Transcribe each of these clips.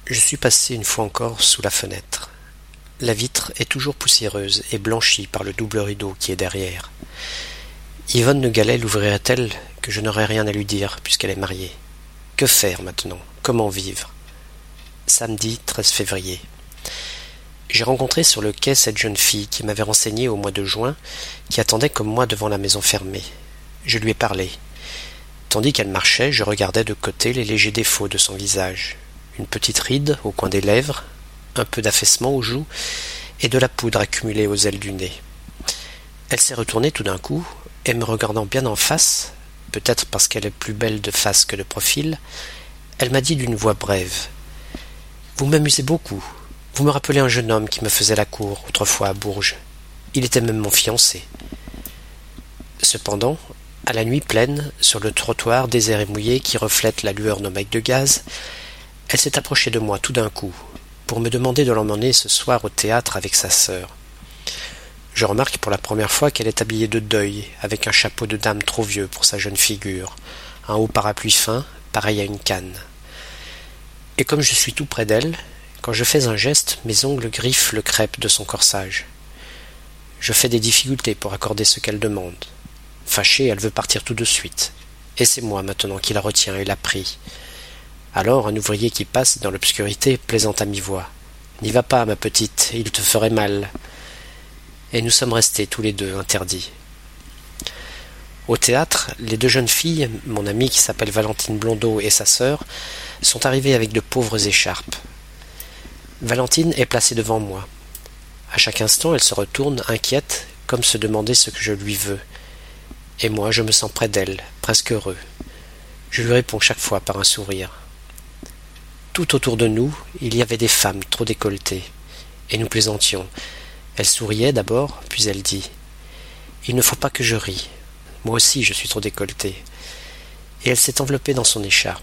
Je suis passé une fois encore sous la fenêtre. La vitre est toujours poussiéreuse et blanchie par le double rideau qui est derrière. Yvonne Le Gallais l'ouvrirait-elle que je n'aurais rien à lui dire puisqu'elle est mariée? Que faire maintenant? Comment vivre? Samedi 13 février. J'ai rencontré sur le quai cette jeune fille qui m'avait renseigné au mois de juin, qui attendait comme moi devant la maison fermée. Je lui ai parlé. Tandis qu'elle marchait, je regardais de côté les légers défauts de son visage. Une petite ride au coin des lèvres, un peu d'affaissement aux joues et de la poudre accumulée aux ailes du nez. Elle s'est retournée tout d'un coup et me regardant bien en face, peut-être parce qu'elle est plus belle de face que de profil, elle m'a dit d'une voix brève: « Vous m'amusez beaucoup. Vous me rappelez un jeune homme qui me faisait la cour autrefois à Bourges. Il était même mon fiancé. » Cependant, à la nuit pleine, sur le trottoir désert et mouillé qui reflète la lueur d'un bec de gaz, elle s'est approchée de moi tout d'un coup, pour me demander de l'emmener ce soir au théâtre avec sa sœur. Je remarque pour la première fois qu'elle est habillée de deuil, avec un chapeau de dame trop vieux pour sa jeune figure, un haut parapluie fin, pareil à une canne. Et comme je suis tout près d'elle, quand je fais un geste, mes ongles griffent le crêpe de son corsage. Je fais des difficultés pour accorder ce qu'elle demande. Fâchée, elle veut partir tout de suite. Et c'est moi maintenant qui la retiens et la prie. Alors un ouvrier qui passe dans l'obscurité plaisante à mi-voix: « N'y va pas, ma petite, il te ferait mal. » Et nous sommes restés tous les deux interdits. Au théâtre, les deux jeunes filles, mon amie qui s'appelle Valentine Blondeau et sa sœur, sont arrivées avec de pauvres écharpes. Valentine est placée devant moi. À chaque instant, elle se retourne, inquiète, comme se demander ce que je lui veux. Et moi, je me sens près d'elle, presque heureux. Je lui réponds chaque fois par un sourire. Tout autour de nous, il y avait des femmes trop décolletées, et nous plaisantions. Elle souriait d'abord, puis elle dit: « Il ne faut pas que je rie. Moi aussi, je suis trop décolletée. » Et elle s'est enveloppée dans son écharpe.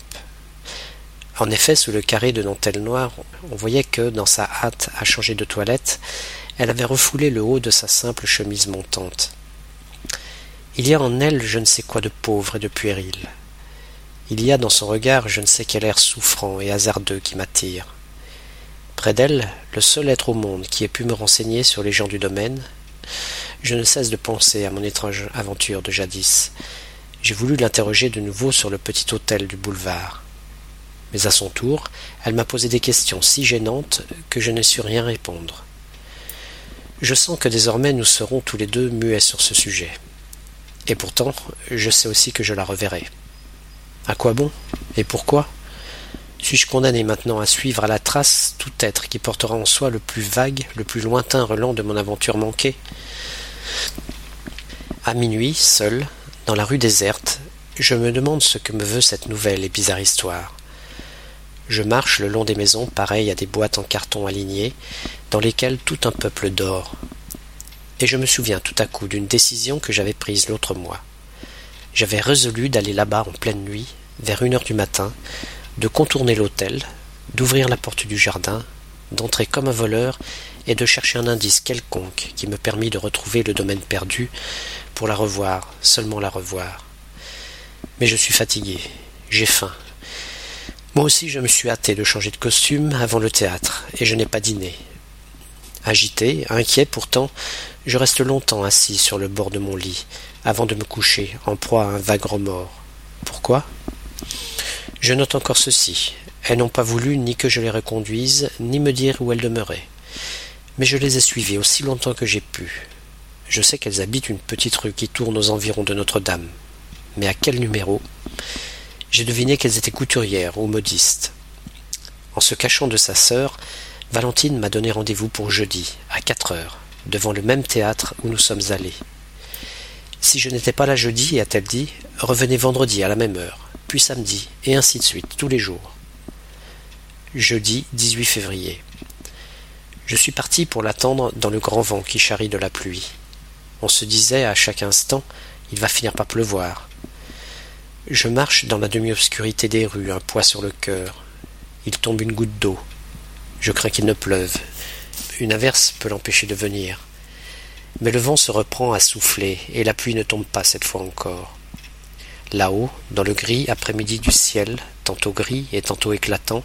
En effet, sous le carré de dentelle noire, on voyait que, dans sa hâte à changer de toilette, elle avait refoulé le haut de sa simple chemise montante. Il y a en elle je ne sais quoi de pauvre et de puéril. Il y a dans son regard je ne sais quel air souffrant et hasardeux qui m'attire. Près d'elle, le seul être au monde qui ait pu me renseigner sur les gens du domaine, je ne cesse de penser à mon étrange aventure de jadis. J'ai voulu l'interroger de nouveau sur le petit hôtel du boulevard. Mais à son tour, elle m'a posé des questions si gênantes que je n'ai su rien répondre. Je sens que désormais nous serons tous les deux muets sur ce sujet. Et pourtant, je sais aussi que je la reverrai. À quoi bon? Et pourquoi? Suis-je condamné maintenant à suivre à la trace tout être qui portera en soi le plus vague, le plus lointain relent de mon aventure manquée? À minuit, seul, dans la rue déserte, je me demande ce que me veut cette nouvelle et bizarre histoire. Je marche le long des maisons pareilles à des boîtes en carton alignées, dans lesquelles tout un peuple dort. Et je me souviens tout à coup d'une décision que j'avais prise l'autre mois. J'avais résolu d'aller là-bas en pleine nuit, vers 1 heure du matin, de contourner l'hôtel, d'ouvrir la porte du jardin, d'entrer comme un voleur et de chercher un indice quelconque qui me permît de retrouver le domaine perdu pour la revoir, seulement la revoir. Mais je suis fatigué, j'ai faim. Moi aussi je me suis hâté de changer de costume avant le théâtre, et je n'ai pas dîné. Agité, inquiet pourtant, je reste longtemps assis sur le bord de mon lit, avant de me coucher, en proie à un vague remords. Pourquoi? Je note encore ceci. Elles n'ont pas voulu ni que je les reconduise, ni me dire où elles demeuraient. Mais je les ai suivies aussi longtemps que j'ai pu. Je sais qu'elles habitent une petite rue qui tourne aux environs de Notre-Dame. Mais à quel numéro? J'ai deviné qu'elles étaient couturières ou modistes. En se cachant de sa sœur, Valentine m'a donné rendez-vous pour jeudi, à 4 heures, devant le même théâtre où nous sommes allés. Si je n'étais pas là jeudi, a-t-elle dit, revenez vendredi à la même heure, puis samedi, et ainsi de suite, tous les jours. Jeudi 18 février. Je suis parti pour l'attendre dans le grand vent qui charrie de la pluie. On se disait à chaque instant, il va finir par pleuvoir. Je marche dans la demi-obscurité des rues, un poids sur le cœur. Il tombe une goutte d'eau. Je crains qu'il ne pleuve. Une averse peut l'empêcher de venir. Mais le vent se reprend à souffler, et la pluie ne tombe pas cette fois encore. Là-haut, dans le gris après-midi du ciel, tantôt gris et tantôt éclatant,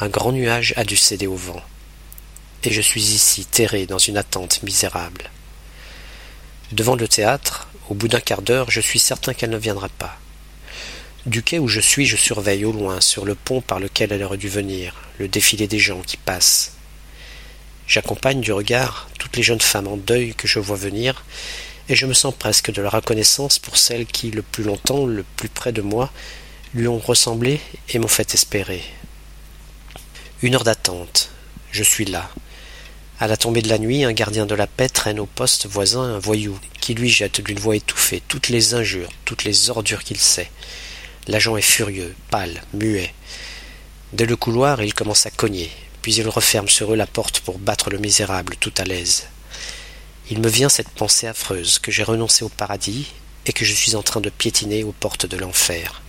Un grand nuage a dû céder au vent. Et je suis ici, terré dans une attente misérable. Devant le théâtre, au bout d'un quart d'heure, je suis certain qu'elle ne viendra pas. Du quai où je suis, je surveille au loin, sur le pont par lequel elle aurait dû venir, le défilé des gens qui passent. J'accompagne du regard toutes les jeunes femmes en deuil que je vois venir, et je me sens presque de la reconnaissance pour celles qui, le plus longtemps, le plus près de moi, lui ont ressemblé et m'ont fait espérer. 1 heure d'attente. Je suis là. À la tombée de la nuit, un gardien de la paix traîne au poste voisin un voyou qui lui jette d'une voix étouffée toutes les injures, toutes les ordures qu'il sait. L'agent est furieux, pâle, muet. Dès le couloir, il commence à cogner, puis il referme sur eux la porte pour battre le misérable tout à l'aise. Il me vient cette pensée affreuse que j'ai renoncé au paradis et que je suis en train de piétiner aux portes de l'enfer.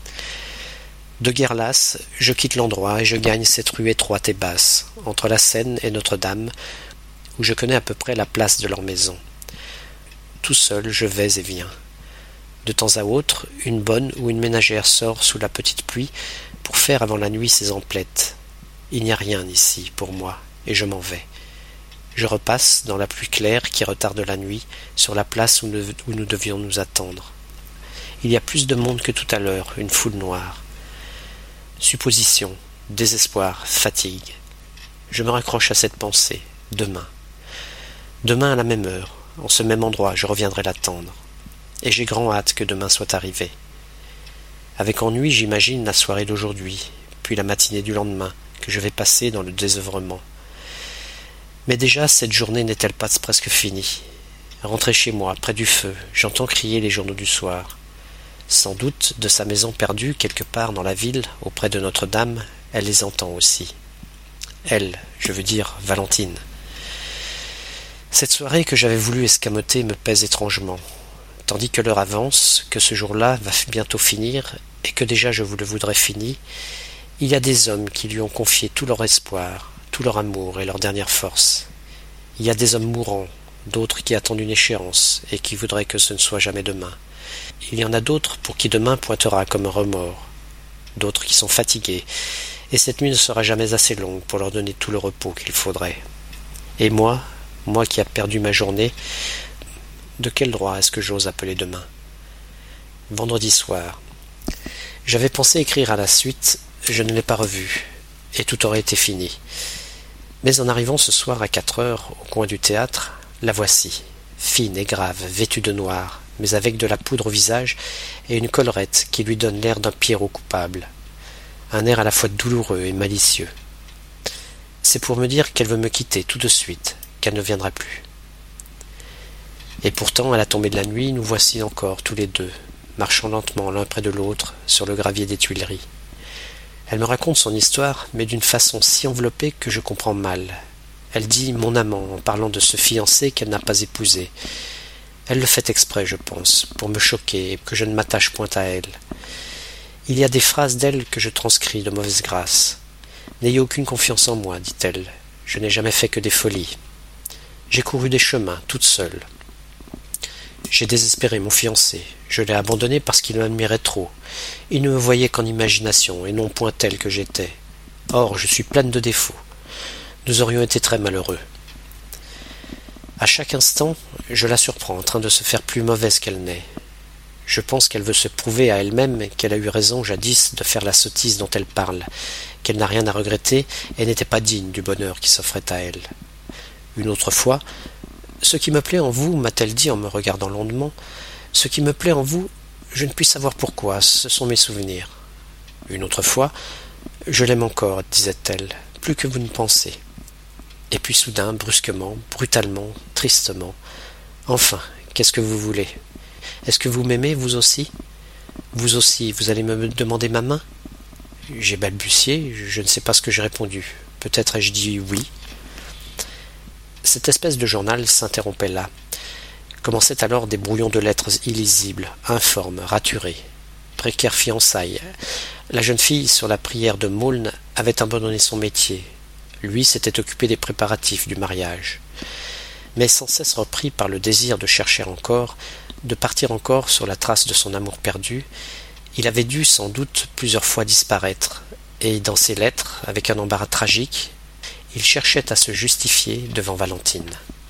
De guerre lasse, je quitte l'endroit et je gagne cette rue étroite et basse, entre la Seine et Notre-Dame, où je connais à peu près la place de leur maison. Tout seul, je vais et viens. De temps à autre, une bonne ou une ménagère sort sous la petite pluie pour faire avant la nuit ses emplettes. Il n'y a rien ici pour moi, et je m'en vais. Je repasse, dans la pluie claire qui retarde la nuit, sur la place où nous devions nous attendre. Il y a plus de monde que tout à l'heure, une foule noire. Supposition, désespoir, fatigue. Je me raccroche à cette pensée. Demain. Demain à la même heure, en ce même endroit, je reviendrai l'attendre. Et j'ai grand hâte que demain soit arrivé. Avec ennui, j'imagine la soirée d'aujourd'hui, puis la matinée du lendemain, que je vais passer dans le désœuvrement. Mais déjà, cette journée n'est-elle pas presque finie? Rentré chez moi, près du feu, j'entends crier les journaux du soir. Sans doute, de sa maison perdue, quelque part dans la ville, auprès de Notre-Dame, elle les entend aussi. Elle, je veux dire Valentine. Cette soirée que j'avais voulu escamoter me pèse étrangement, tandis que l'heure avance, que ce jour-là va bientôt finir, et que déjà je vous le voudrais fini, il y a des hommes qui lui ont confié tout leur espoir, tout leur amour et leur dernière force. Il y a des hommes mourants, d'autres qui attendent une échéance, et qui voudraient que ce ne soit jamais demain. Il y en a d'autres pour qui demain pointera comme un remords, d'autres qui sont fatigués, et cette nuit ne sera jamais assez longue pour leur donner tout le repos qu'il faudrait. Et moi qui ai perdu ma journée, de quel droit est-ce que j'ose appeler demain? Vendredi soir. J'avais pensé écrire à la suite, je ne l'ai pas revu, et tout aurait été fini. Mais en arrivant ce soir à 4 heures, au coin du théâtre, la voici, fine et grave, vêtue de noir, mais avec de la poudre au visage et une collerette qui lui donne l'air d'un Pierrot coupable. Un air à la fois douloureux et malicieux. C'est pour me dire qu'elle veut me quitter tout de suite, qu'elle ne viendra plus. Et pourtant, à la tombée de la nuit, nous voici encore tous les deux, marchant lentement l'un près de l'autre sur le gravier des Tuileries. Elle me raconte son histoire, mais d'une façon si enveloppée que je comprends mal. Elle dit « mon amant » en parlant de ce fiancé qu'elle n'a pas épousé. Elle le fait exprès, je pense, pour me choquer et que je ne m'attache point à elle. Il y a des phrases d'elle que je transcris de mauvaise grâce. « N'ayez aucune confiance en moi, dit-elle. Je n'ai jamais fait que des folies. J'ai couru des chemins, toute seule. J'ai désespéré mon fiancé. Je l'ai abandonné parce qu'il m'admirait trop. Il ne me voyait qu'en imagination et non point tel que j'étais. Or, je suis pleine de défauts. Nous aurions été très malheureux. À chaque instant, je la surprends en train de se faire plus mauvaise qu'elle n'est. Je pense qu'elle veut se prouver à elle-même qu'elle a eu raison jadis de faire la sottise dont elle parle, qu'elle n'a rien à regretter et n'était pas digne du bonheur qui s'offrait à elle. Une autre fois, « Ce qui me plaît en vous, m'a-t-elle dit en me regardant longuement, ce qui me plaît en vous, je ne puis savoir pourquoi, ce sont mes souvenirs. » Une autre fois, « Je l'aime encore, disait-elle, plus que vous ne pensez. » Et puis soudain, brusquement, brutalement, tristement, « Enfin, qu'est-ce que vous voulez? Est-ce que vous m'aimez, vous aussi? Vous aussi, vous allez me demander ma main? » J'ai balbutié, je ne sais pas ce que j'ai répondu. Peut-être ai-je dit oui. Cette espèce de journal s'interrompait là. Commençaient alors des brouillons de lettres illisibles, informes, raturées. Précaire fiançailles. La jeune fille, sur la prière de Maulne, avait abandonné son métier. Lui s'était occupé des préparatifs du mariage. Mais sans cesse repris par le désir de chercher encore, de partir encore sur la trace de son amour perdu, il avait dû sans doute plusieurs fois disparaître, et dans ses lettres, avec un embarras tragique, il cherchait à se justifier devant Valentine.